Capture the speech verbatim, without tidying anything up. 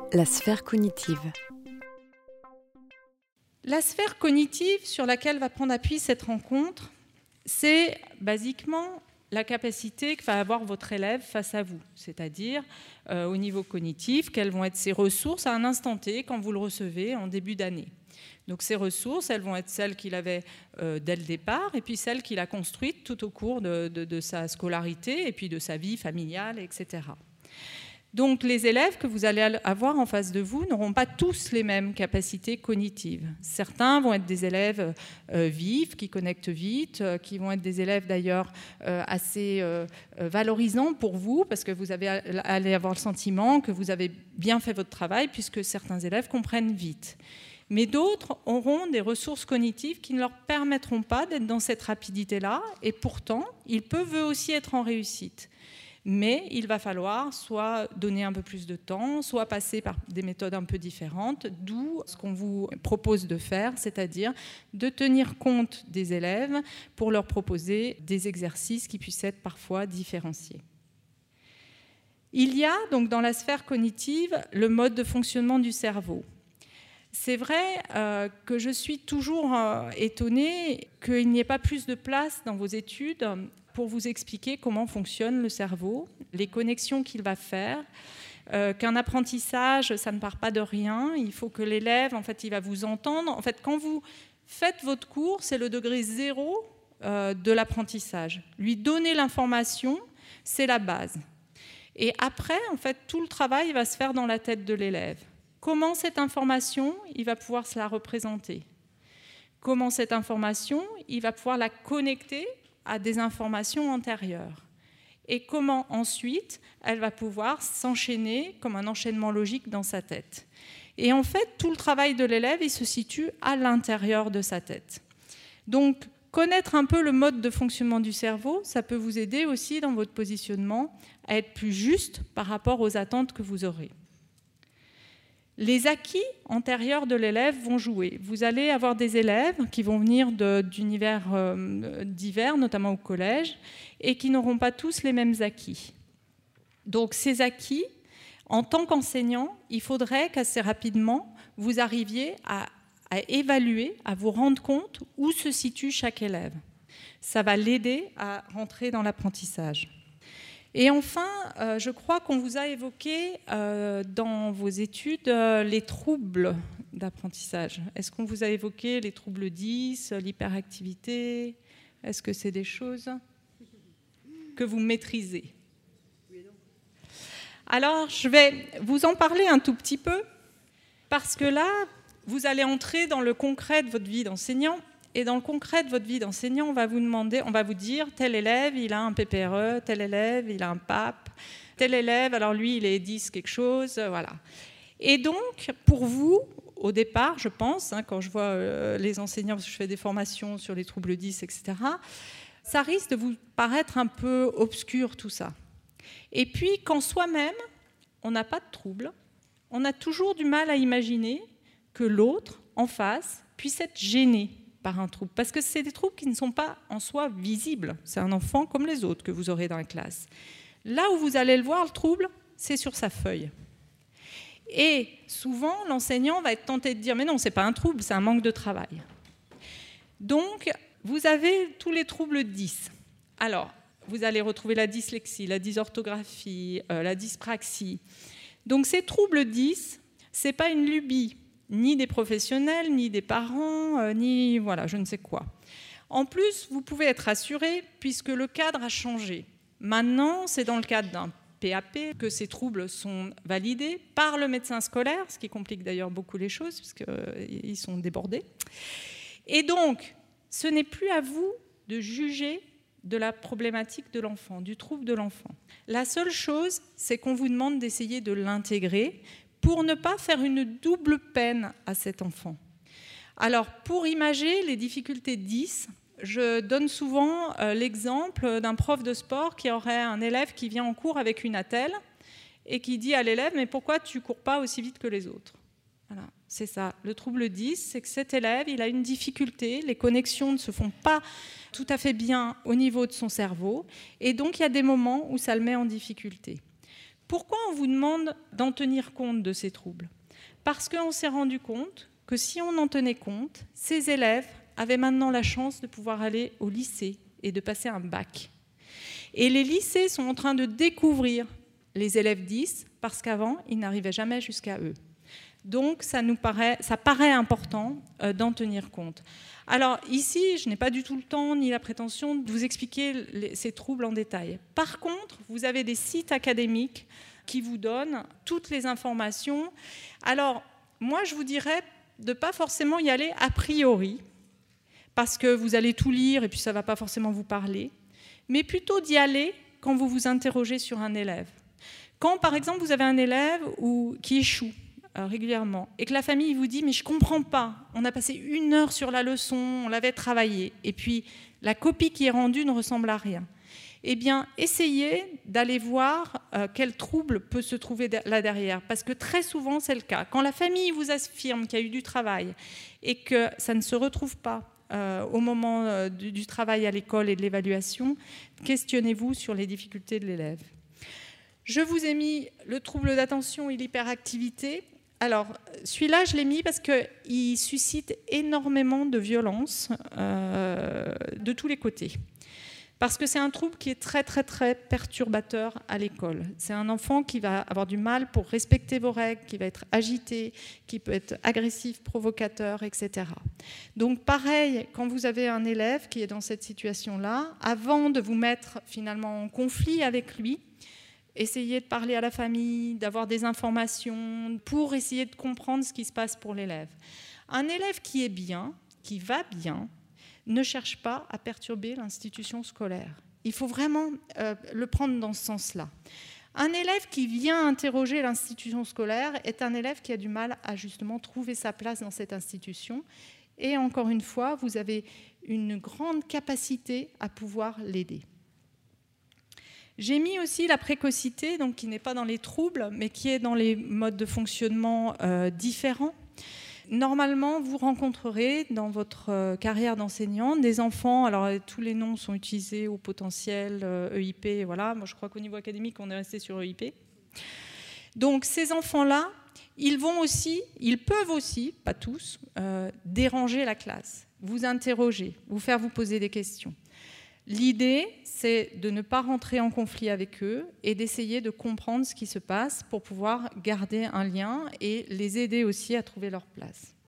La sphère cognitive. La sphère cognitive sur laquelle va prendre appui cette rencontre, c'est basiquement la capacité que va avoir votre élève face à vous, c'est-à-dire euh, au niveau cognitif, quelles vont être ses ressources à un instant T quand vous le recevez en début d'année. Donc ces ressources, elles vont être celles qu'il avait euh, dès le départ et puis celles qu'il a construites tout au cours de, de, de sa scolarité et puis de sa vie familiale, et cetera. Donc les élèves que vous allez avoir en face de vous n'auront pas tous les mêmes capacités cognitives. Certains vont être des élèves euh, vifs, qui connectent vite, euh, qui vont être des élèves d'ailleurs euh, assez euh, valorisants pour vous, parce que vous avez, allez avoir le sentiment que vous avez bien fait votre travail, puisque certains élèves comprennent vite. Mais d'autres auront des ressources cognitives qui ne leur permettront pas d'être dans cette rapidité-là, et pourtant, ils peuvent eux aussi être en réussite. Mais il va falloir soit donner un peu plus de temps, soit passer par des méthodes un peu différentes, d'où ce qu'on vous propose de faire, c'est-à-dire de tenir compte des élèves pour leur proposer des exercices qui puissent être parfois différenciés. Il y a donc dans la sphère cognitive le mode de fonctionnement du cerveau. C'est vrai euh, que je suis toujours euh, étonnée qu'il n'y ait pas plus de place dans vos études pour vous expliquer comment fonctionne le cerveau, les connexions qu'il va faire, euh, qu'un apprentissage, ça ne part pas de rien. Il faut que l'élève, en fait, il va vous entendre. En fait, quand vous faites votre cours, c'est le degré zéro euh, de l'apprentissage. Lui donner l'information, c'est la base. Et après, en fait, tout le travail va se faire dans la tête de l'élève. Comment cette information, il va pouvoir se la représenter? Comment cette information, il va pouvoir la connecter à des informations antérieures? Et comment ensuite, elle va pouvoir s'enchaîner comme un enchaînement logique dans sa tête? Et en fait, tout le travail de l'élève, il se situe à l'intérieur de sa tête. Donc, connaître un peu le mode de fonctionnement du cerveau, ça peut vous aider aussi dans votre positionnement à être plus juste par rapport aux attentes que vous aurez. Les acquis antérieurs de l'élève vont jouer. Vous allez avoir des élèves qui vont venir d'univers euh, divers, notamment au collège, et qui n'auront pas tous les mêmes acquis. Donc ces acquis, en tant qu'enseignant, il faudrait qu'assez rapidement, vous arriviez à, à évaluer, à vous rendre compte où se situe chaque élève. Ça va l'aider à rentrer dans l'apprentissage. Et enfin, euh, je crois qu'on vous a évoqué euh, dans vos études euh, les troubles d'apprentissage. Est-ce qu'on vous a évoqué les troubles dix, l'hyperactivité? Est-ce que c'est des choses que vous maîtrisez? Alors, je vais vous en parler un tout petit peu, parce que là, vous allez entrer dans le concret de votre vie d'enseignant. Et dans le concret de votre vie d'enseignant, on va vous demander, on va vous dire, tel élève, il a un P P R E, tel élève, il a un P A P, tel élève, alors lui, il est dix quelque chose, voilà. Et donc, pour vous, au départ, je pense, hein, quand je vois euh, les enseignants, parce que je fais des formations sur les troubles dix, et cetera, ça risque de vous paraître un peu obscur, tout ça. Et puis, quand soi-même, on n'a pas de trouble, on a toujours du mal à imaginer que l'autre, en face, puisse être gêné par un trouble, parce que c'est des troubles qui ne sont pas en soi visibles. C'est un enfant comme les autres que vous aurez dans la classe. Là où vous allez le voir, le trouble, c'est sur sa feuille. Et souvent, l'enseignant va être tenté de dire « mais non, ce n'est pas un trouble, c'est un manque de travail ». Donc, vous avez tous les troubles dix. Alors, vous allez retrouver la dyslexie, la dysorthographie, euh, la dyspraxie. Donc, ces troubles dix, ce n'est pas une lubie, ni des professionnels, ni des parents, euh, ni voilà, je ne sais quoi. En plus, vous pouvez être rassuré puisque le cadre a changé. Maintenant, c'est dans le cadre d'un P A P que ces troubles sont validés par le médecin scolaire, ce qui complique d'ailleurs beaucoup les choses puisqu'ils euh, sont débordés. Et donc, ce n'est plus à vous de juger de la problématique de l'enfant, du trouble de l'enfant. La seule chose, c'est qu'on vous demande d'essayer de l'intégrer pour ne pas faire une double peine à cet enfant. Alors, pour imager les difficultés dix, je donne souvent euh, l'exemple d'un prof de sport qui aurait un élève qui vient en cours avec une attelle et qui dit à l'élève « mais pourquoi tu ne cours pas aussi vite que les autres ?» Voilà, c'est ça. Le trouble dix, c'est que cet élève, il a une difficulté, les connexions ne se font pas tout à fait bien au niveau de son cerveau, et donc il y a des moments où ça le met en difficulté. Pourquoi on vous demande d'en tenir compte de ces troubles? Parce qu'on s'est rendu compte que si on en tenait compte, ces élèves avaient maintenant la chance de pouvoir aller au lycée et de passer un bac. Et les lycées sont en train de découvrir les élèves dix, parce qu'avant, ils n'arrivaient jamais jusqu'à eux. Donc, ça nous paraît, ça paraît important euh, d'en tenir compte. Alors, ici, je n'ai pas du tout le temps ni la prétention de vous expliquer les, ces troubles en détail. Par contre, vous avez des sites académiques qui vous donnent toutes les informations. Alors, moi, je vous dirais de ne pas forcément y aller a priori, parce que vous allez tout lire et puis ça ne va pas forcément vous parler, mais plutôt d'y aller quand vous vous interrogez sur un élève. Quand, par exemple, vous avez un élève ou, qui échoue euh, régulièrement et que la famille vous dit « mais je ne comprends pas, on a passé une heure sur la leçon, on l'avait travaillé, et puis la copie qui est rendue ne ressemble à rien », eh bien, essayez d'aller voir euh, quel trouble peut se trouver là derrière. Parce que très souvent, c'est le cas. Quand la famille vous affirme qu'il y a eu du travail et que ça ne se retrouve pas euh, au moment euh, du, du travail à l'école et de l'évaluation, questionnez-vous sur les difficultés de l'élève. Je vous ai mis le trouble d'attention et l'hyperactivité. Alors, celui-là, je l'ai mis parce qu'il suscite énormément de violence euh, de tous les côtés. Parce que c'est un trouble qui est très, très, très perturbateur à l'école. C'est un enfant qui va avoir du mal pour respecter vos règles, qui va être agité, qui peut être agressif, provocateur, et cetera. Donc, pareil, quand vous avez un élève qui est dans cette situation-là, avant de vous mettre finalement en conflit avec lui, essayez de parler à la famille, d'avoir des informations pour essayer de comprendre ce qui se passe pour l'élève. Un élève qui est bien, qui va bien, ne cherche pas à perturber l'institution scolaire. Il faut vraiment euh, le prendre dans ce sens-là. Un élève qui vient interroger l'institution scolaire est un élève qui a du mal à justement trouver sa place dans cette institution. Et encore une fois, vous avez une grande capacité à pouvoir l'aider. J'ai mis aussi la précocité, donc qui n'est pas dans les troubles, mais qui est dans les modes de fonctionnement euh, différents. Normalement, vous rencontrerez dans votre carrière d'enseignant des enfants, alors tous les noms sont utilisés au potentiel, E I P, voilà. Moi je crois qu'au niveau académique, on est resté sur E I P. Donc ces enfants-là, ils vont aussi, ils peuvent aussi, pas tous, euh, déranger la classe, vous interroger, vous faire vous poser des questions. L'idée, c'est de ne pas rentrer en conflit avec eux et d'essayer de comprendre ce qui se passe pour pouvoir garder un lien et les aider aussi à trouver leur place.